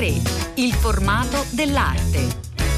3, il formato dell'arte.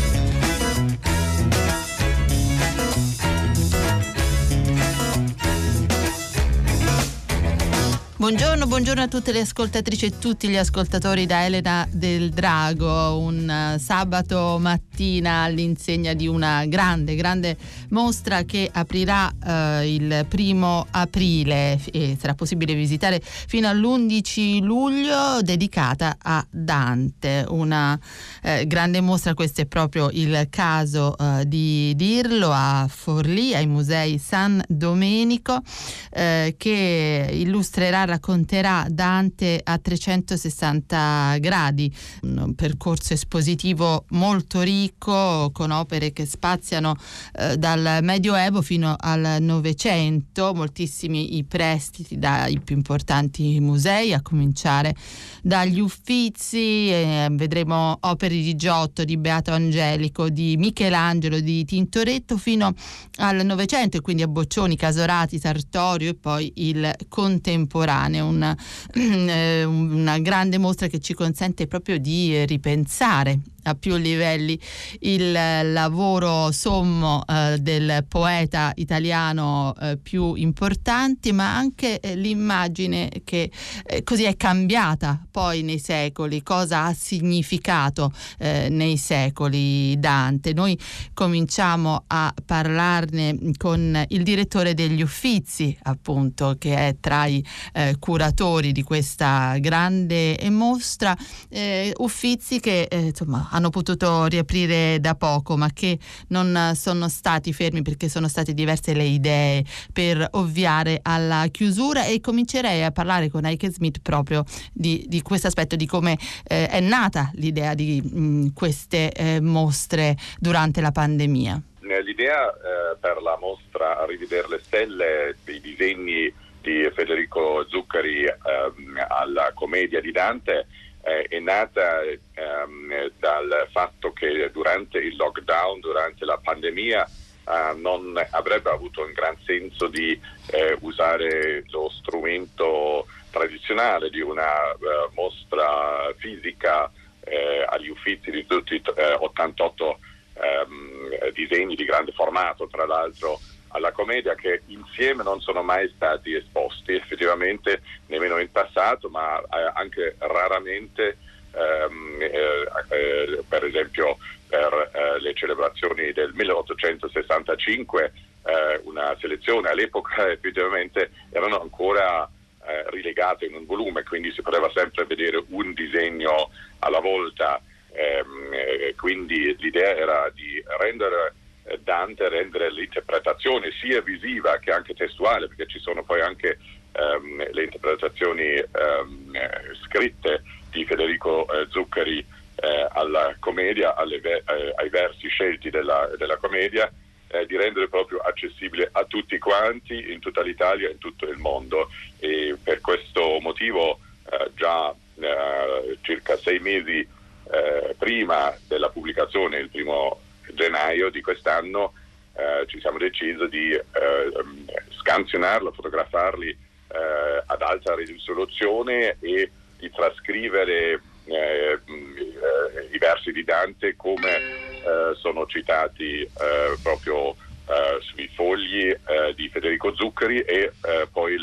Buongiorno a tutte le ascoltatrici e tutti gli ascoltatori da Elena Del Drago. Un sabato mattina all'insegna di una grande mostra che aprirà il 1° aprile e sarà possibile visitare fino all'11 luglio, dedicata a Dante. Una grande mostra, questo è proprio il caso di dirlo, a Forlì, ai Musei San Domenico, che illustrerà, racconterà Dante a 360 gradi, un percorso espositivo molto ricco con opere che spaziano dal Medioevo fino al Novecento, moltissimi i prestiti dai più importanti musei, a cominciare dagli Uffizi. Vedremo opere di Giotto, di Beato Angelico, di Michelangelo, di Tintoretto fino al Novecento, e quindi a Boccioni, Casorati, Sartorio e poi il contemporaneo. Una grande mostra che ci consente proprio di ripensare a più livelli il lavoro sommo del poeta italiano più importante, ma anche l'immagine che così è cambiata poi nei secoli, cosa ha significato nei secoli Dante. Noi cominciamo a parlarne con il direttore degli Uffizi, appunto, che è tra i curatori di questa grande mostra, Uffizi che insomma hanno potuto riaprire da poco, ma che non sono stati fermi, perché sono state diverse le idee per ovviare alla chiusura, e comincerei a parlare con Heike Smith proprio di questo aspetto, di come è nata l'idea di queste mostre durante la pandemia. L'idea per la mostra A rivedere le stelle, dei disegni di Federico Zuccari alla commedia di Dante, è nata dal fatto che durante il lockdown, durante la pandemia, non avrebbe avuto un gran senso di usare lo strumento tradizionale di una mostra fisica agli Uffizi di tutti 88 disegni di grande formato, tra l'altro, alla commedia, che insieme non sono mai stati esposti effettivamente, nemmeno in passato, ma anche raramente, per esempio per le celebrazioni del 1865, una selezione all'epoca effettivamente erano ancora rilegate in un volume, quindi si poteva sempre vedere un disegno alla volta, quindi l'idea era di rendere Dante, rendere l'interpretazione sia visiva che anche testuale, perché ci sono poi anche le interpretazioni scritte di Federico Zuccari alla commedia, ai versi scelti della commedia, di rendere proprio accessibile a tutti quanti, in tutta l'Italia e in tutto il mondo. E per questo motivo già circa 6 mesi prima della pubblicazione, il 1° gennaio di quest'anno, ci siamo decisi di scansionarlo, fotografarli ad alta risoluzione e di trascrivere i versi di Dante come sono citati proprio sui fogli di Federico Zuccari, e poi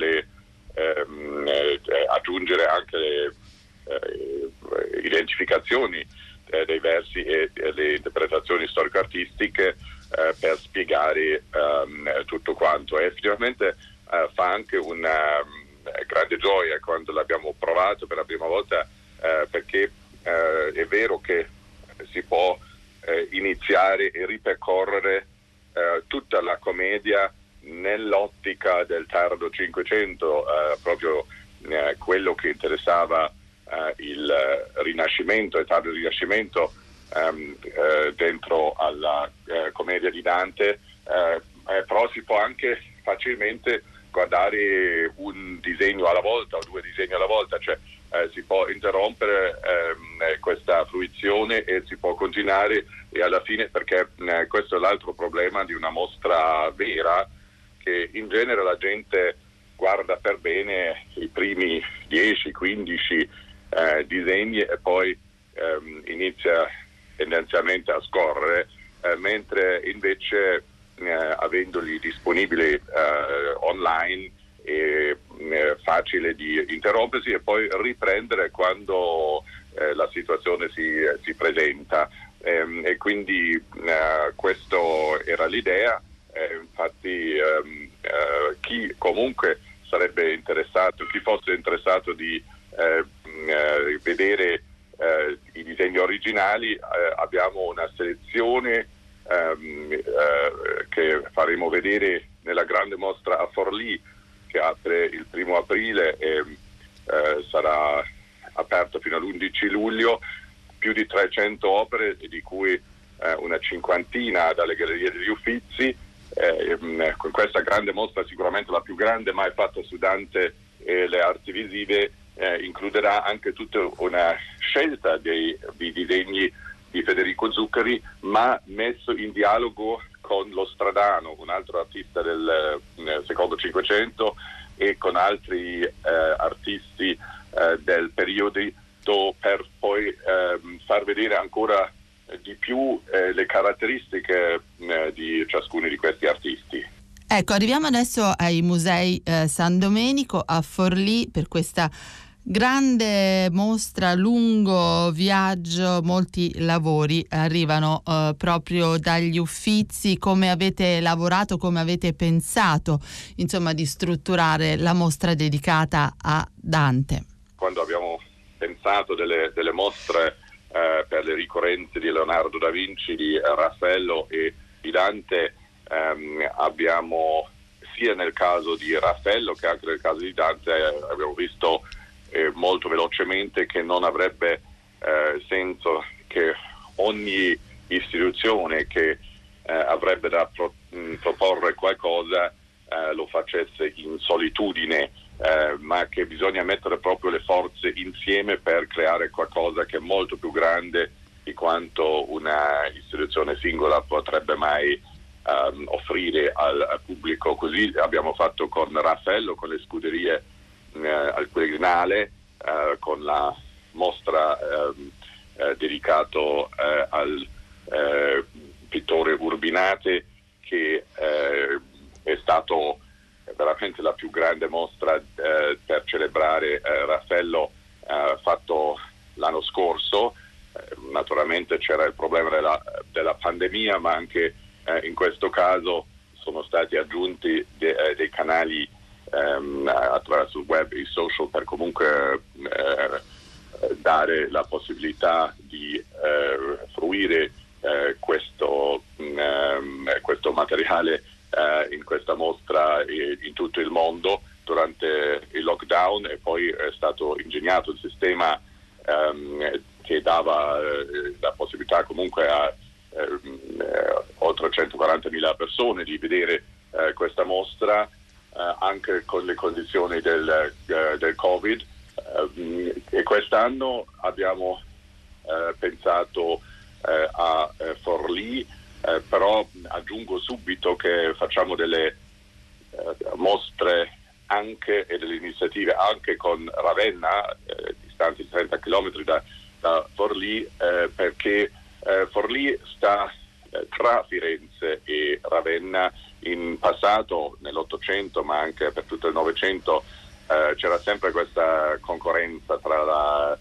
aggiungere anche le identificazioni dei versi e le interpretazioni storico-artistiche per spiegare tutto quanto. E effettivamente fa anche una grande gioia quando l'abbiamo provato per la prima volta, perché è vero che si può iniziare e ripercorrere tutta la commedia nell'ottica del tardo Cinquecento, proprio quello che interessava il Rinascimento e tardo Rinascimento dentro alla commedia di Dante, però si può anche facilmente guardare un disegno alla volta o 2 disegni alla volta, cioè si può interrompere questa fruizione e si può continuare, e alla fine, perché questo è l'altro problema di una mostra vera, che in genere la gente guarda per bene i primi 10-15 disegni e poi inizia tendenzialmente a scorrere, mentre invece avendoli disponibili online è facile di interrompersi e poi riprendere quando la situazione si presenta, e quindi questo era l'idea. Infatti chi comunque sarebbe interessato, chi fosse interessato di vedere i disegni originali, abbiamo una selezione che faremo vedere nella grande mostra a Forlì, che apre il 1° aprile e sarà aperto fino all'11 luglio, più di 300 opere, di cui una cinquantina dalle Gallerie degli Uffizi. Con questa grande mostra, sicuramente la più grande mai fatta su Dante e le arti visive, includerà anche tutta una scelta di disegni di Federico Zuccari, ma messo in dialogo con lo Stradano, un altro artista del secondo Cinquecento, e con altri artisti del periodo, per poi far vedere ancora di più le caratteristiche di ciascuno di questi artisti. Ecco, arriviamo adesso ai Musei San Domenico a Forlì per questa grande mostra, lungo viaggio, molti lavori arrivano proprio dagli Uffizi. Come avete lavorato, come avete pensato, insomma, di strutturare la mostra dedicata a Dante? Quando abbiamo pensato delle mostre per le ricorrenze di Leonardo da Vinci, di Raffaello e di Dante, abbiamo, sia nel caso di Raffaello che anche nel caso di Dante, abbiamo visto molto velocemente che non avrebbe senso che ogni istituzione che avrebbe da proporre qualcosa lo facesse in solitudine, ma che bisogna mettere proprio le forze insieme per creare qualcosa che è molto più grande di quanto una istituzione singola potrebbe mai offrire al pubblico. Così abbiamo fatto con Raffaello, con le scuderie al Quirinale, con la mostra dedicato al pittore Urbinate, che è stato veramente la più grande mostra per celebrare Raffaello fatto l'anno scorso. Naturalmente c'era il problema della pandemia, ma anche in questo caso sono stati aggiunti dei canali attraverso il web e i social per comunque dare la possibilità di fruire questo materiale in questa mostra in tutto il mondo durante il lockdown, e poi è stato ingegnato il sistema che dava la possibilità comunque a oltre 140.000 persone di vedere questa mostra, anche con le condizioni del Covid, e quest'anno abbiamo pensato a Forlì, però aggiungo subito che facciamo delle mostre anche e delle iniziative anche con Ravenna, distanti 30 km da Forlì, perché Forlì sta tra Firenze e Ravenna. In passato, nell'Ottocento, ma anche per tutto il Novecento, c'era sempre questa concorrenza tra la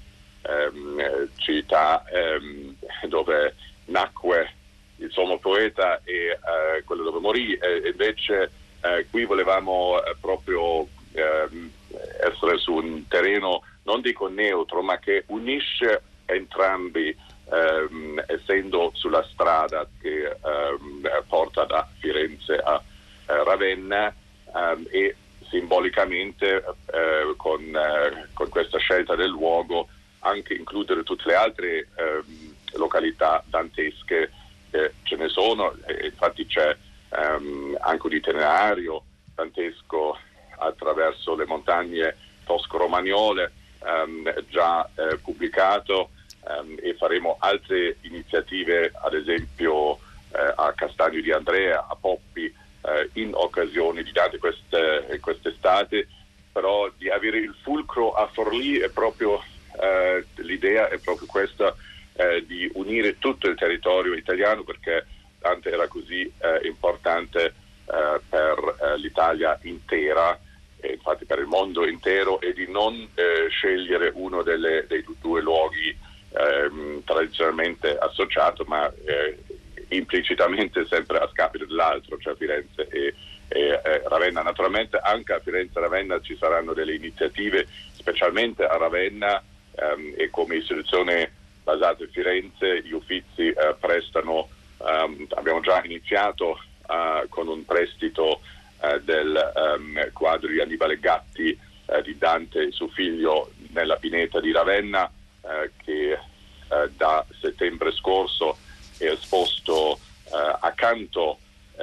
città dove nacque il sommo poeta e quello dove morì, e invece qui volevamo proprio essere su un terreno, non dico neutro, ma che unisce entrambi, essendo sulla strada che porta da Firenze a Ravenna, e simbolicamente con questa scelta del luogo anche includere tutte le altre località dantesche. Ce ne sono, infatti c'è anche un itinerario dantesco attraverso le montagne tosco-romagnole già pubblicato, e faremo altre iniziative, ad esempio a Castagno di Andrea, a Poppi, in occasione di Dante quest'estate. Però di avere il fulcro a Forlì è proprio l'idea è proprio questa, di unire tutto il territorio italiano, perché Dante era così importante per l'Italia intera, e infatti per il mondo intero, e di non scegliere uno dei due luoghi tradizionalmente associato, ma implicitamente sempre a scapito dell'altro, cioè Firenze e Ravenna. Naturalmente anche a Firenze e Ravenna ci saranno delle iniziative, specialmente a Ravenna, e come istituzione basata in Firenze gli Uffizi prestano, abbiamo già iniziato con un prestito del quadro di Annibale Gatti di Dante e suo figlio nella pineta di Ravenna, che da settembre scorso è esposto accanto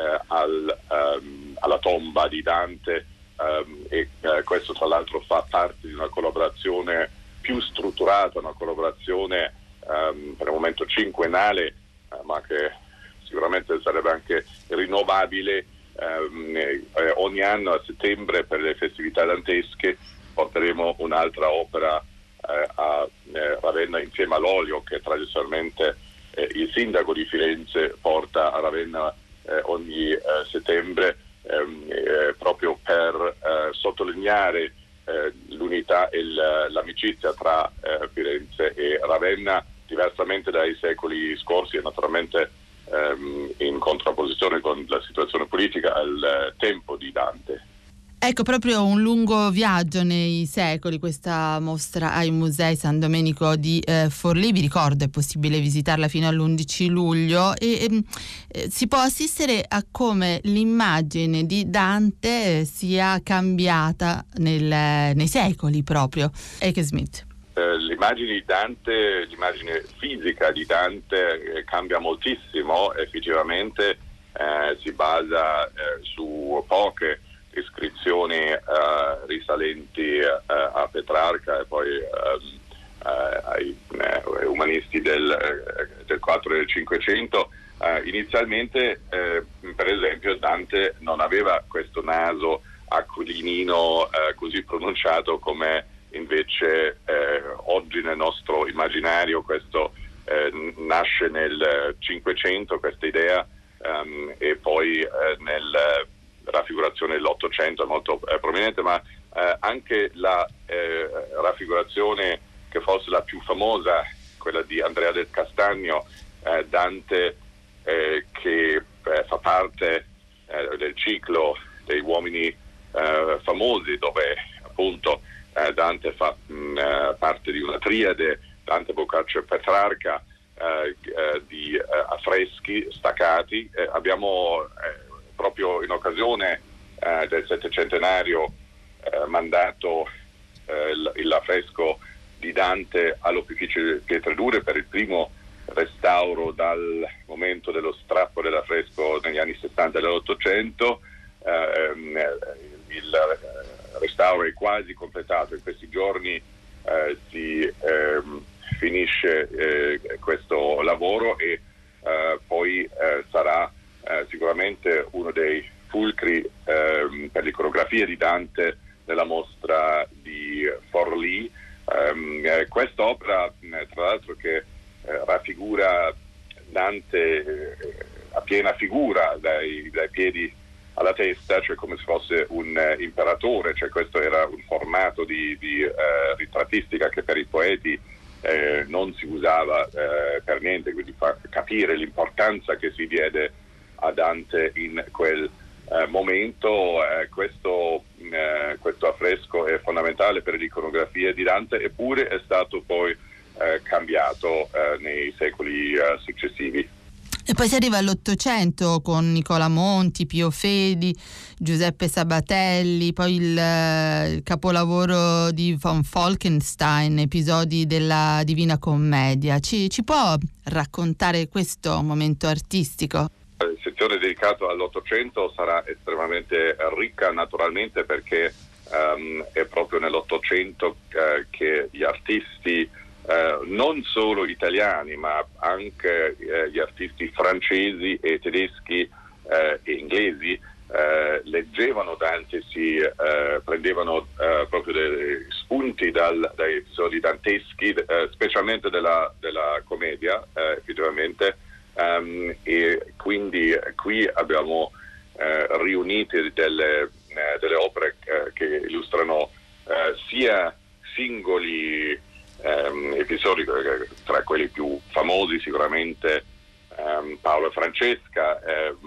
alla tomba di Dante, e questo tra l'altro fa parte di una collaborazione più strutturata, una collaborazione per il momento quinquennale, ma che sicuramente sarebbe anche rinnovabile. Ogni anno a settembre per le festività dantesche porteremo un'altra opera a Ravenna insieme all'olio che tradizionalmente il sindaco di Firenze porta a Ravenna ogni settembre, proprio per sottolineare l'unità e l'amicizia tra Firenze e Ravenna, diversamente dai secoli scorsi e naturalmente in contrapposizione con la situazione politica al tempo di Dante. Ecco, proprio un lungo viaggio nei secoli questa mostra ai Musei San Domenico di Forlì. Vi ricordo, è possibile visitarla fino all'11 luglio e si può assistere a come l'immagine di Dante sia cambiata nei secoli proprio. Eke Smith. L'immagine di Dante, l'immagine fisica di Dante cambia moltissimo. Effettivamente si basa su poche iscrizioni risalenti a Petrarca e poi ai umanisti del 4 e del 500. Inizialmente, per esempio, Dante non aveva questo naso aquilinino così pronunciato come invece oggi nel nostro immaginario. Questo nasce nel 500, questa idea, e poi nel raffigurazione dell'Ottocento è molto prominente, ma anche la raffigurazione che fosse la più famosa, quella di Andrea del Castagno, Dante che fa parte del ciclo dei uomini famosi, dove appunto Dante fa parte di una triade, Dante, Boccaccio e Petrarca, di affreschi staccati. Abbiamo proprio in occasione del settecentenario mandato l'affresco di Dante all'Opificio Pietredure per il primo restauro dal momento dello strappo dell'affresco negli anni 60 dell'Ottocento. Il restauro è quasi completato, in questi giorni si finisce questo lavoro e poi sarà sicuramente uno dei fulcri per l'iconografia di Dante nella mostra di Forlì. Quest'opera, tra l'altro, che raffigura Dante a piena figura dai piedi alla testa, cioè come se fosse un imperatore, cioè questo era un formato di ritrattistica che per i poeti non si usava per niente, quindi fa capire l'importanza che si diede a Dante in quel momento. Questo affresco è fondamentale per l'iconografia di Dante, eppure è stato poi cambiato nei secoli successivi. E poi si arriva all'Ottocento con Nicola Monti, Pio Fedi, Giuseppe Sabatelli, poi il capolavoro di von Falkenstein, episodi della Divina Commedia. Ci può raccontare questo momento artistico? La sezione dedicata all'Ottocento sarà estremamente ricca, naturalmente, perché è proprio nell'Ottocento che gli artisti, non solo italiani, ma anche gli artisti francesi e tedeschi e inglesi leggevano Dante, si prendevano proprio spunti dai episodi danteschi, specialmente della commedia, effettivamente, e quindi qui abbiamo riunito delle opere che illustrano sia singoli episodi, tra quelli più famosi sicuramente Paolo e Francesca.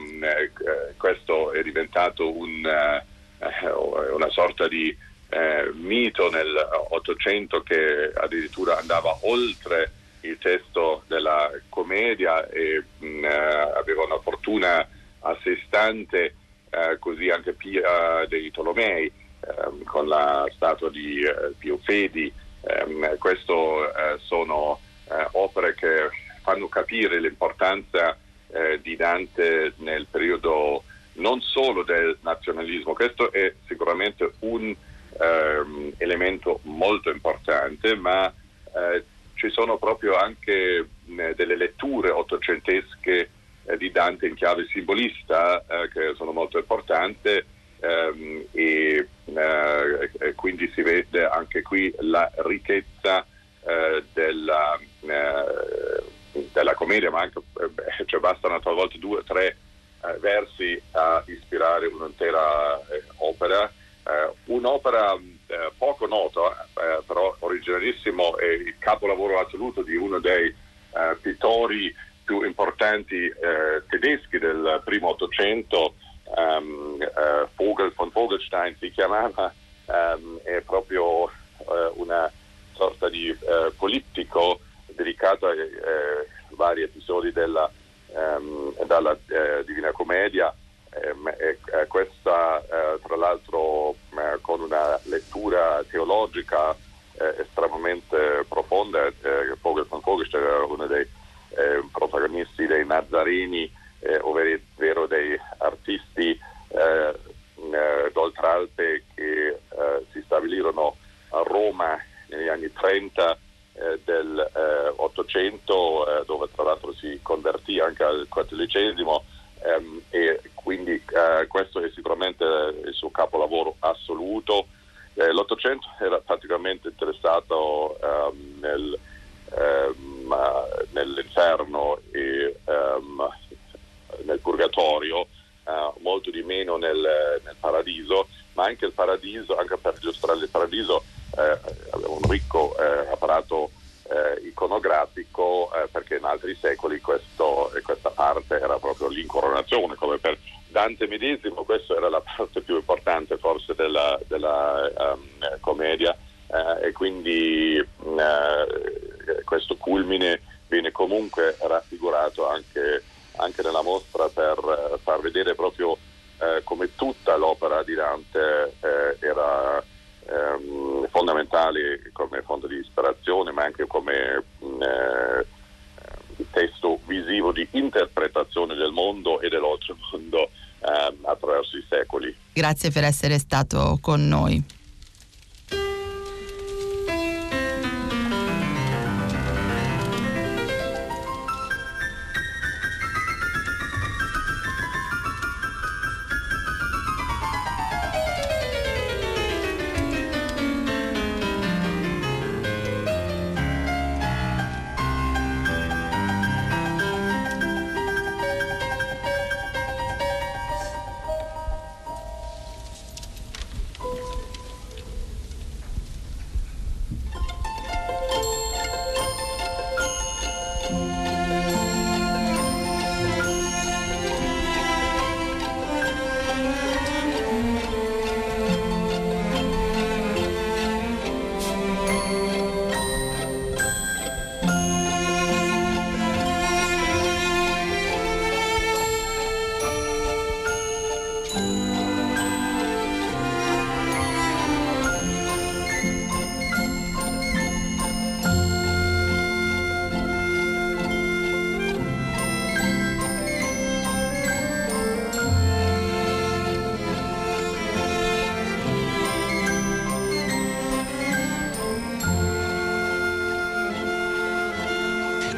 Questo è diventato una sorta di mito nel Ottocento che addirittura andava oltre il testo della commedia e aveva una fortuna a sé stante, così anche Pia dei Tolomei con la statua di Pio Fedi. Questo sono opere che fanno capire l'importanza di Dante nel periodo non solo del nazionalismo. Questo è sicuramente un elemento molto importante, ma ci sono proprio anche delle letture ottocentesche di Dante in chiave simbolista che sono molto importanti, e quindi si vede anche qui la ricchezza della commedia, ma anche bastano talvolta 2 o 3 versi a ispirare un'intera opera. Un'opera poco nota, però originalissimo, è il capolavoro assoluto di uno dei pittori più importanti tedeschi del primo Ottocento, Vogel von Vogelstein si chiamava. È proprio una sorta di polittico dedicato a vari episodi dalla Divina Commedia. Questa tra l'altro con una lettura teologica estremamente profonda. Vogel von Vogelstein era uno dei protagonisti dei Nazarini, ovvero dei artisti d'Oltralpe che si stabilirono a Roma negli anni 30 del Ottocento, dove tra l'altro si convertì anche al cattolicesimo, e quindi questo è sicuramente il suo capolavoro assoluto. L'Ottocento era praticamente interessato nell'inferno e nel purgatorio, molto di meno nel paradiso, ma anche il paradiso, anche per illustrare il paradiso, aveva un ricco apparato iconografico, perché in altri secoli questa parte era proprio l'incoronazione, come per Dante medesimo. Questa era la parte più importante forse della commedia, e quindi questo culmine viene comunque raffigurato anche nella mostra, per far vedere proprio come tutta l'opera di Dante era fondamentale come fonte di ispirazione, ma anche come testo visivo di interpretazione del mondo e dell'oltremondo attraverso i secoli. Grazie per essere stato con noi.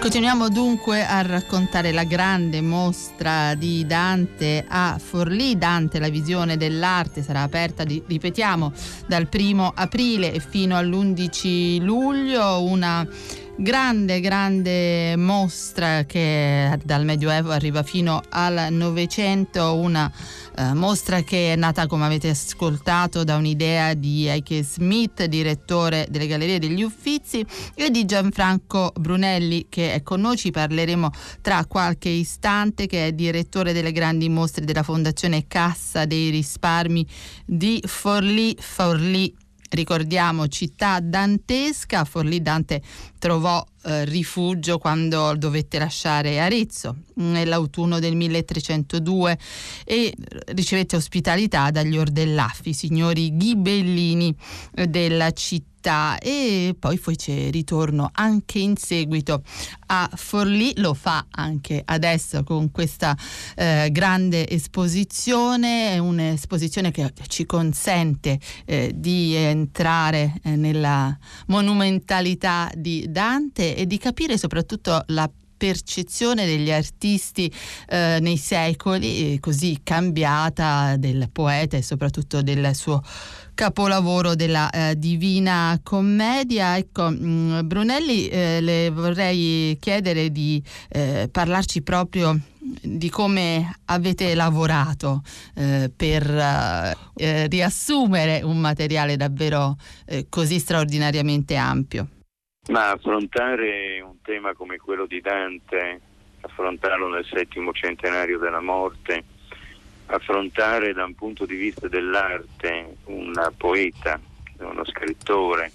Continuiamo dunque a raccontare la grande mostra di Dante a Forlì. Dante, la visione dell'arte, sarà aperta, ripetiamo, dal 1° aprile fino all'11 luglio. Una grande mostra che dal Medioevo arriva fino al Novecento, una mostra che è nata, come avete ascoltato, da un'idea di Heike Smith, direttore delle Gallerie degli Uffizi, e di Gianfranco Brunelli, che è con noi. Ci parleremo tra qualche istante, che è direttore delle grandi mostre della Fondazione Cassa dei Risparmi di Forlì. Forlì, ricordiamo, città dantesca. A Forlì Dante trovò rifugio quando dovette lasciare Arezzo nell'autunno del 1302 e ricevette ospitalità dagli Ordellaffi, signori ghibellini della città, e poi fece ritorno anche in seguito a Forlì. Lo fa anche adesso con questa grande esposizione, un'esposizione che ci consente di entrare nella monumentalità di Dante e di capire soprattutto la percezione degli artisti nei secoli, così cambiata, del poeta e soprattutto del suo capolavoro della Divina Commedia. Ecco, Brunelli, le vorrei chiedere di parlarci proprio di come avete lavorato per riassumere un materiale davvero così straordinariamente ampio. Ma affrontare un tema come quello di Dante, affrontarlo nel 7° centenario della morte, affrontare da un punto di vista dell'arte un poeta, uno scrittore,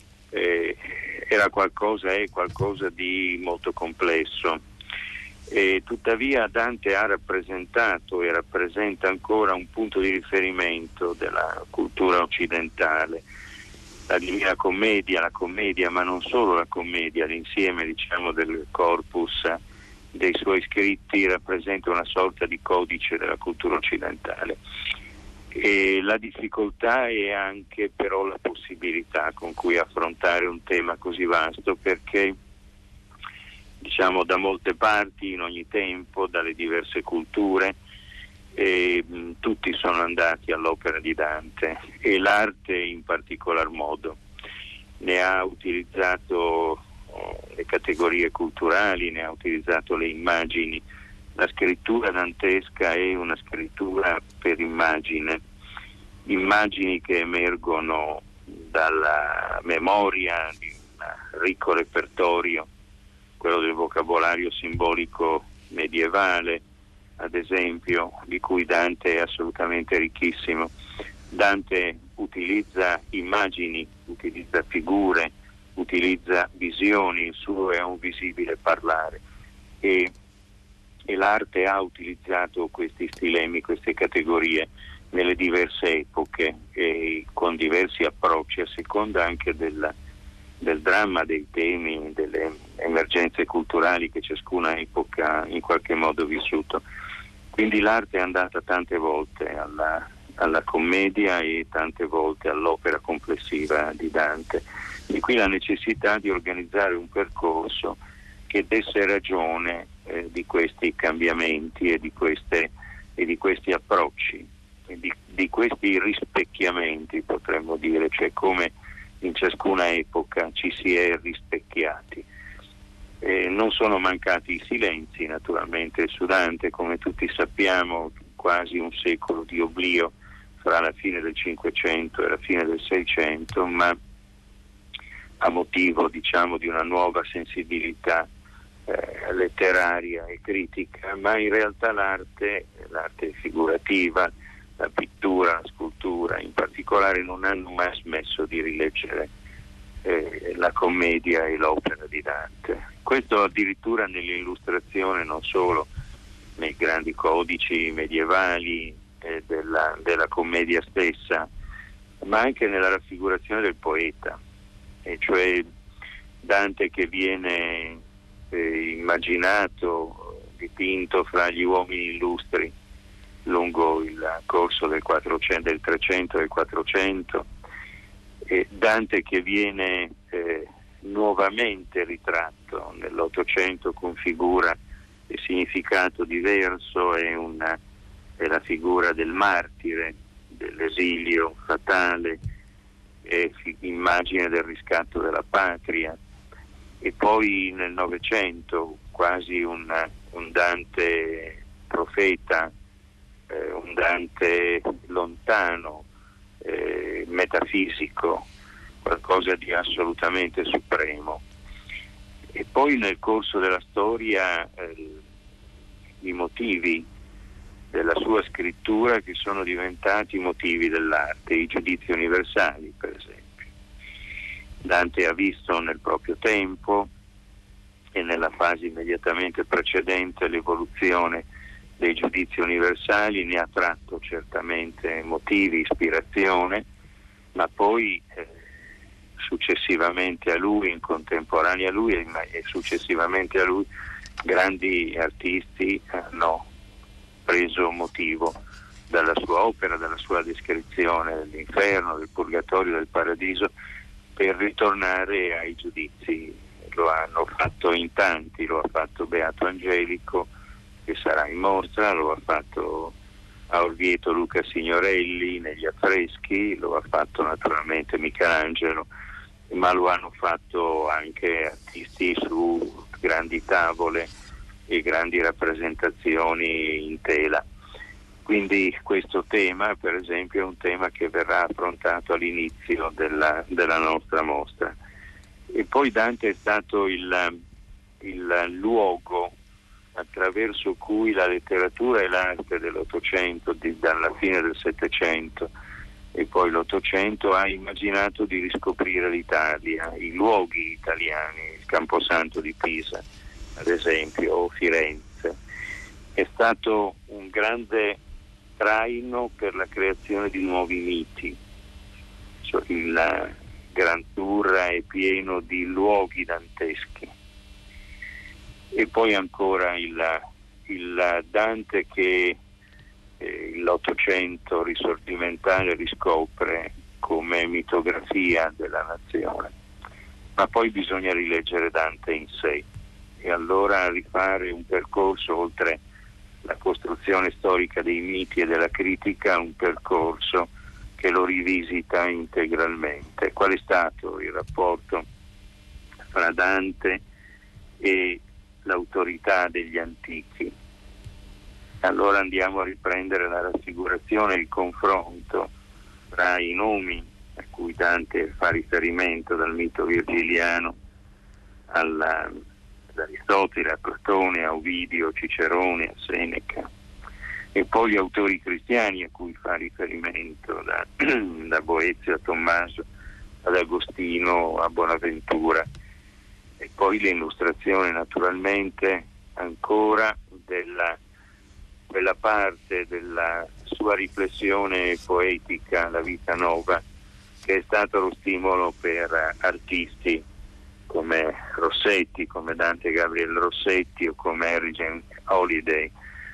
è qualcosa di molto complesso. E tuttavia Dante ha rappresentato e rappresenta ancora un punto di riferimento della cultura occidentale. La Divina Commedia, la commedia, ma non solo la commedia, l'insieme, diciamo, del corpus dei suoi scritti rappresenta una sorta di codice della cultura occidentale. E la difficoltà è anche però la possibilità con cui affrontare un tema così vasto, perché diciamo da molte parti, in ogni tempo, dalle diverse culture, tutti sono andati all'opera di Dante, e l'arte in particolar modo. Ne ha utilizzato le categorie culturali, ne ha utilizzato le immagini. La scrittura dantesca è una scrittura per immagini che emergono dalla memoria di un ricco repertorio, quello del vocabolario simbolico medievale, ad esempio, di cui Dante è assolutamente ricchissimo. Dante utilizza immagini, utilizza figure, utilizza visioni, il suo è un visibile parlare, e l'arte ha utilizzato questi stilemi, queste categorie nelle diverse epoche e con diversi approcci, a seconda anche del dramma, dei temi, delle emergenze culturali che ciascuna epoca in qualche modo ha vissuto. Quindi l'arte è andata tante volte alla commedia e tante volte all'opera complessiva di Dante. Di qui la necessità di organizzare un percorso che desse ragione di questi cambiamenti e di questi approcci, e di questi rispecchiamenti, potremmo dire, cioè come in ciascuna epoca ci si è rispecchiati. Non sono mancati i silenzi, naturalmente, su Dante, come tutti sappiamo, quasi un secolo di oblio fra la fine del 500 e la fine del 600, ma a motivo, diciamo, di una nuova sensibilità letteraria e critica, ma in realtà l'arte figurativa, la pittura, la scultura in particolare, non hanno mai smesso di rileggere la commedia e l'opera di Dante. Questo addirittura nell'illustrazione, non solo nei grandi codici medievali della commedia stessa, ma anche nella raffigurazione del poeta, e cioè Dante che viene immaginato, dipinto fra gli uomini illustri lungo il corso del 300 e del 400, e Dante che viene nuovamente ritratto nell'Ottocento, configura il significato diverso, è la figura del martire, dell'esilio fatale, è immagine del riscatto della patria. E poi nel Novecento quasi un Dante profeta, un Dante lontano, metafisico, qualcosa di assolutamente supremo. E poi nel corso della storia i motivi della sua scrittura che sono diventati i motivi dell'arte, i giudizi universali per esempio. Dante ha visto nel proprio tempo e nella fase immediatamente precedente l'evoluzione dei giudizi universali, ne ha tratto certamente motivi, ispirazione, ma poi successivamente a lui, in contemporanea a lui e successivamente a lui, grandi artisti hanno preso motivo dalla sua opera, dalla sua descrizione dell'inferno, del purgatorio, del paradiso, per ritornare ai giudizi. Lo hanno fatto in tanti, lo ha fatto Beato Angelico, che sarà in mostra, lo ha fatto a Orvieto Luca Signorelli negli affreschi, lo ha fatto naturalmente Michelangelo, ma lo hanno fatto anche artisti su grandi tavole e grandi rappresentazioni in tela. Quindi questo tema, per esempio, è un tema che verrà affrontato all'inizio della nostra mostra. E poi Dante è stato il luogo attraverso cui la letteratura e l'arte dell'Ottocento, dalla fine del Settecento e poi l'Ottocento, ha immaginato di riscoprire l'Italia, i luoghi italiani, il Camposanto di Pisa, ad esempio, o Firenze. È stato un grande traino per la creazione di nuovi miti. Il Grand Tour è pieno di luoghi danteschi. E poi ancora il Dante che l'Ottocento risorgimentale riscopre come mitografia della nazione. Ma poi bisogna rileggere Dante in sé e allora rifare un percorso, oltre la costruzione storica dei miti e della critica, un percorso che lo rivisita integralmente. Qual è stato il rapporto fra Dante e l'autorità degli antichi? Allora andiamo a riprendere la raffigurazione, il confronto tra i nomi a cui Dante fa riferimento, dal mito virgiliano ad Aristotele, a Platone, a Ovidio, Cicerone, a Seneca, e poi gli autori cristiani a cui fa riferimento, da Boezio a Tommaso, ad Agostino a Bonaventura, e poi l'illustrazione naturalmente ancora quella parte della sua riflessione poetica, La vita nova, che è stato lo stimolo per artisti come Rossetti, come Dante Gabriel Rossetti o come Erigen Holiday,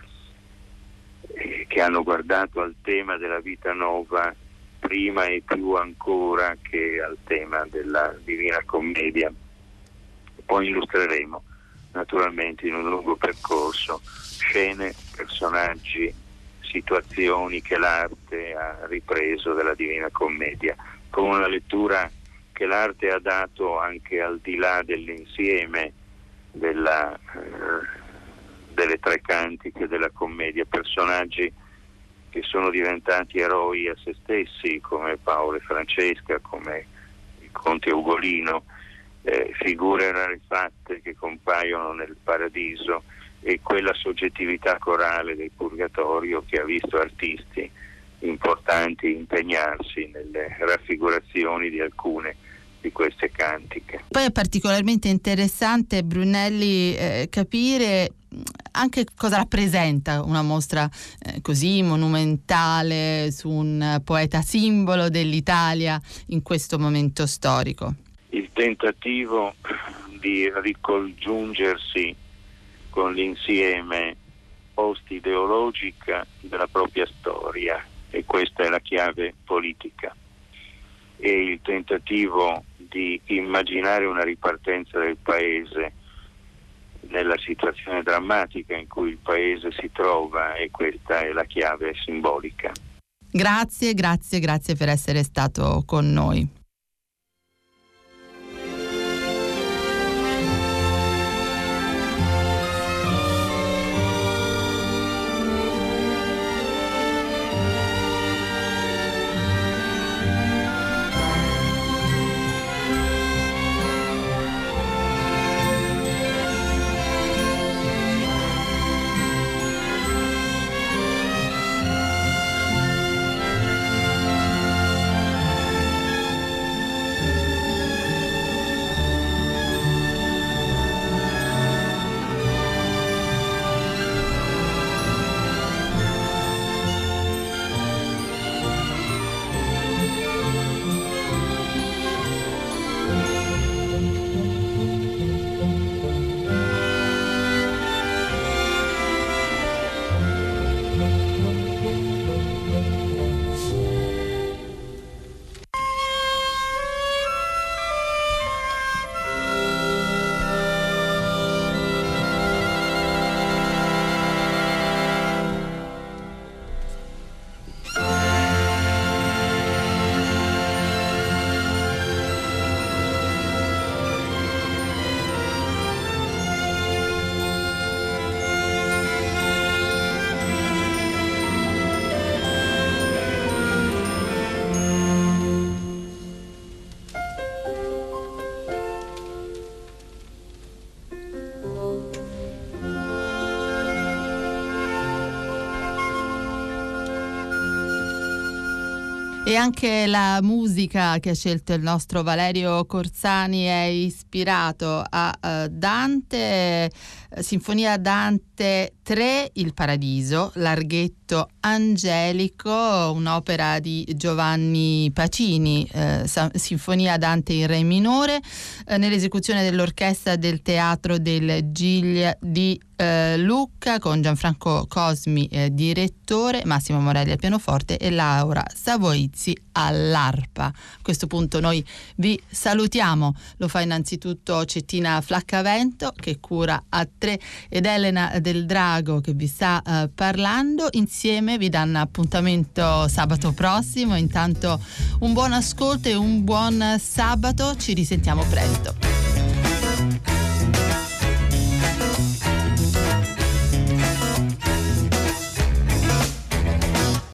che hanno guardato al tema della vita nova prima e più ancora che al tema della Divina Commedia. Poi illustreremo naturalmente in un lungo percorso scene, personaggi, situazioni che l'arte ha ripreso dalla Divina Commedia, con una lettura che l'arte ha dato anche al di là dell'insieme delle tre cantiche della commedia, personaggi che sono diventati eroi a se stessi, come Paolo e Francesca, come il conte Ugolino, figure rarefatte che compaiono nel Paradiso, e quella soggettività corale del Purgatorio che ha visto artisti importanti impegnarsi nelle raffigurazioni di alcune di queste cantiche. Poi è particolarmente interessante, Brunelli, capire anche cosa rappresenta una mostra così monumentale su un poeta simbolo dell'Italia in questo momento storico. Il tentativo di ricongiungersi con l'insieme post-ideologica della propria storia, e questa è la chiave politica. e il tentativo di immaginare una ripartenza del Paese nella situazione drammatica in cui il Paese si trova, e questa è la chiave simbolica. Grazie per essere stato con noi. E anche la musica che ha scelto il nostro Valerio Corsani è ispirato a Dante, Sinfonia Dante 3, Il Paradiso, Larghetto Angelico, un'opera di Giovanni Pacini, Sinfonia Dante in Re minore, nell'esecuzione dell'orchestra del Teatro del Giglia di Lucca, con Gianfranco Cosmi direttore, Massimo Morelli al pianoforte e Laura Savoizzi all'arpa. A questo punto noi vi salutiamo, lo fa innanzitutto Cettina Flaccavento che cura a 3 ed Elena Del Drago che vi sta parlando. Insieme vi danno appuntamento sabato prossimo. Intanto un buon ascolto e un buon sabato, ci risentiamo presto.